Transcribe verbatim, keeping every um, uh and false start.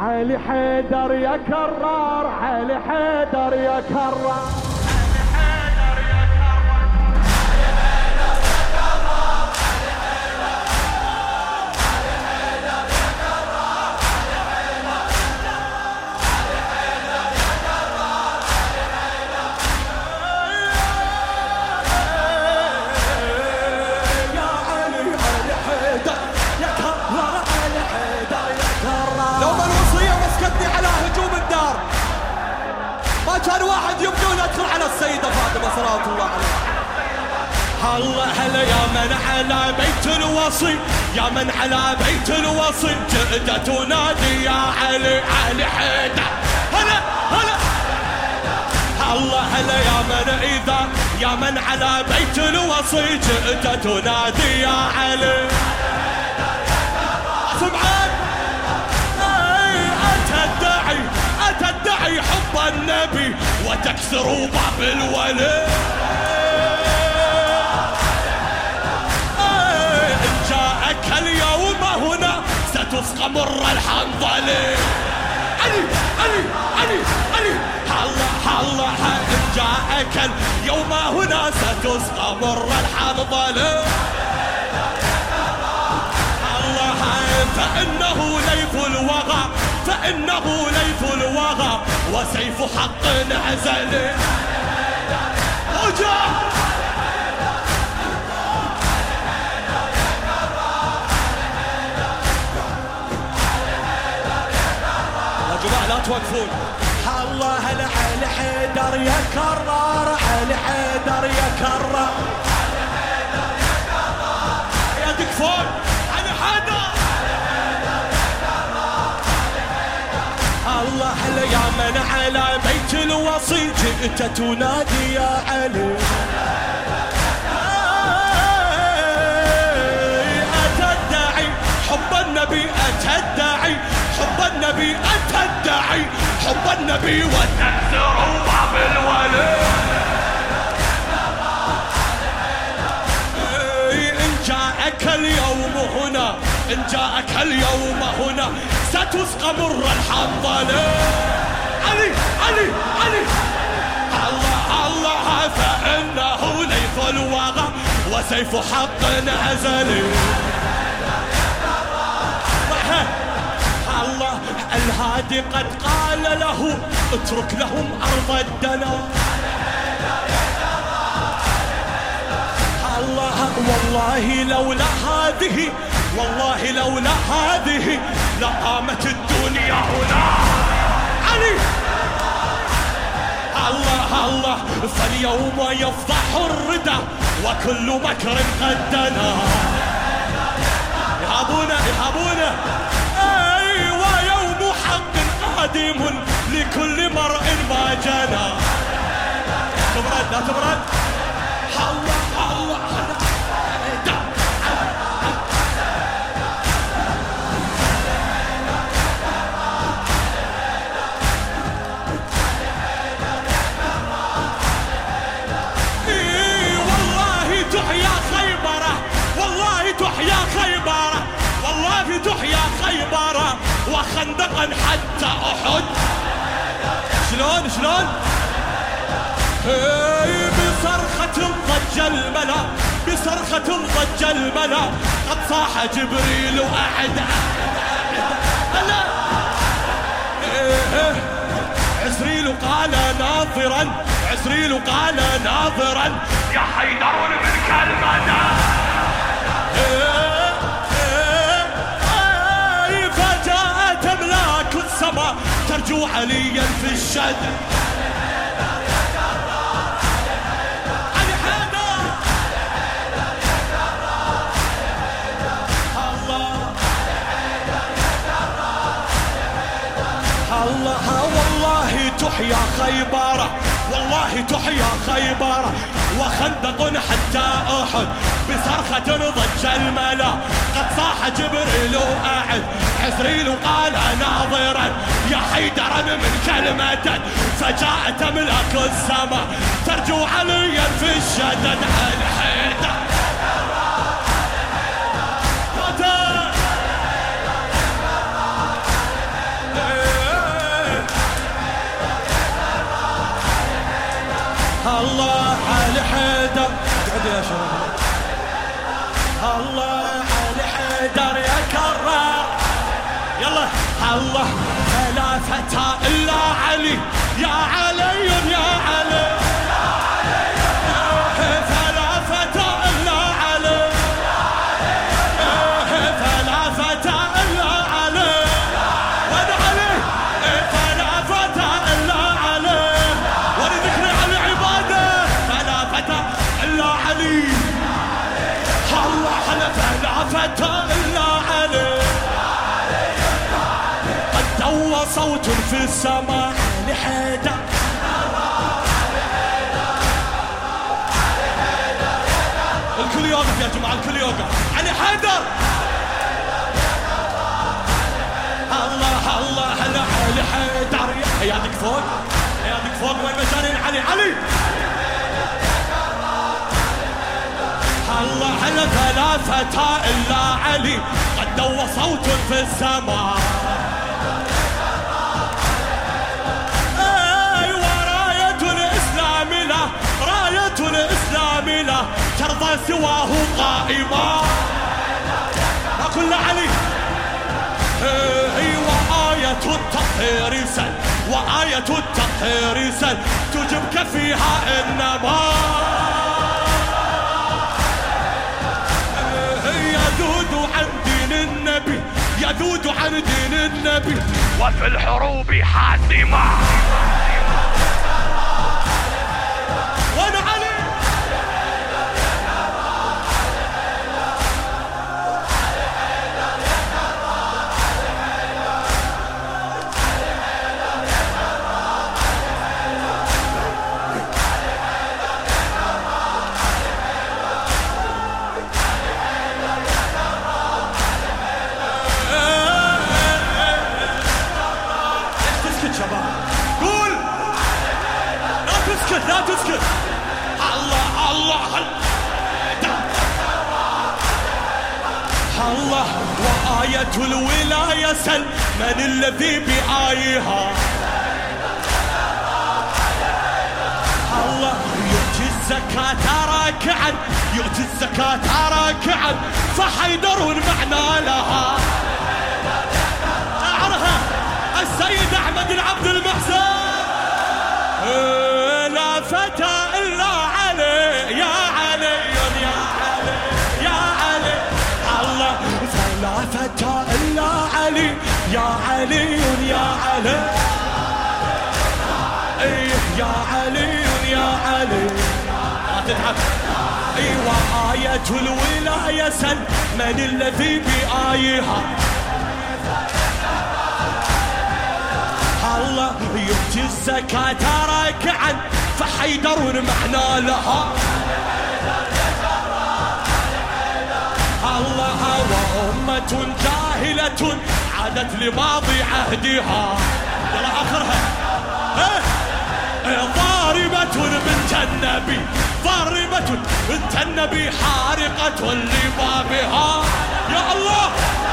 علي حيدر يا كرار، علي حيدر يا كرار. كان واحد يبدون ادخل على السيدة فاطمة صلوات الله عليها. الله هلا يا من على بيت الوصي، يا من على بيت الوصي جئت تنادي يا علي علي حيدر. هلا هلا الله هلا يا من إذا يا من على بيت الوصي جئت تنادي يا علي. سمعان أتدعي أتدعي حب النبي وتكسر باب الولي. إن جاءك اليوم هنا ستسقى مر الحنظلي. علي علي علي علي الله الله إن جاءك اليوم هنا ستسقى مر الحنظلي. الله فإنه ليث الوغى، فإنه ليث الوغى وسيف حق نزل. وجاء يا جماعة لا توقفون. الله هلا علي حيدر يا كرار، علي حيدر يا كرار يا تكفون. علي حيدر الله هلا يا من على بيت الوصي جئت تنادي يا علي. أتدعي حب النبي، أتدعي حب النبي، أتدعي حب النبي وتكسر باب الولي. إن جاءك اليوم هنا، إن جاءك اليوم هنا ستسقى مر الحنظلي. علي علي علي الله الله فإنه ليث الوغى وسيف حق نزل. الله الهادي قد قال له اترك لهم أرض الدنا. الله والله لولا هذه، والله لولا هذه لقامت الدنيا هنا. علي الله الله فاليوم يفضح الردى وكل مكر قد دنا. يهابونا يهابونا أيوة يوم حق قادم لكل مرء ما جنى. تبرد لا تبرد. الله الله تحيا خيبر، والله تحيا خيبر وخندقا حتى أحد. شلون شلون بصرخة ضج الملا، بصرخة ضج الملا قد صاح جبريل أحد. عسريل قال ناظرا، عسريل قال ناظرا يا حيدر منك المدى. فجاءت أملاك السماء ترجو عليا في الشد. علي حيدر الله الله والله تحيا خيبر، والله تحيا خيبر وخندق حتى أحد. بصرخة ضج الملا قد صاح جبريل أعد. عسريل قال ناظرا يا حيدرا من كلمة فجاءت أملاك السماء ترجو عليا في الشدد. علي حيدر يا شباب. الله علي حيدر يا كرار. يلا الله ثلاثة إلا علي يا علي يا علي ثلاثة إلا علي ثلاثة إلا علي وين علي ثلاثة إلا علي ولذكر علي عبادة ثلاثة إلا علي الله على ثلاثة إلا علي قد دوى صوت في السماء لحيدر الكل يوقف يا جماعة الكل يوقف علي حيدر الله الله هلا علي حيدر حياتك فوق حياتك فوق وين مجانين علي علي الله هلا ثلاثة إلا علي قد دوى صوت في السماء الإسلام لا ترضى سواه قائما ما كل علي هي وآية التطهير سل وآية التطهير سل تجبك فيها إنما يذود عن دين النبي يذود عن دين النبي وفي الحروب حاسمة وانا علي لا تسكت الله الله الله وآية الولاية سل من الذي بآيها الله يؤتي الزكاة راكعا يؤتي الزكاة راكعا فحيدر معنى لها أعرها السيد أحمد العبد المحسن لا فتى إلا علي يا علي يا علي يا علي الله فلا فتى إلا علي يا علي يا علي إيه يا علي يا علي لا تتعب أيوة آية الولاية سل من الذي بآيها الله يؤتي الزكاة راكعا فحيدر معنى لها الله وأمة جاهلة عادت لماضي عهدها يلا آخرها ضاربة بنت النبي ضاربة بنت النبي حارقة لبابها يا الله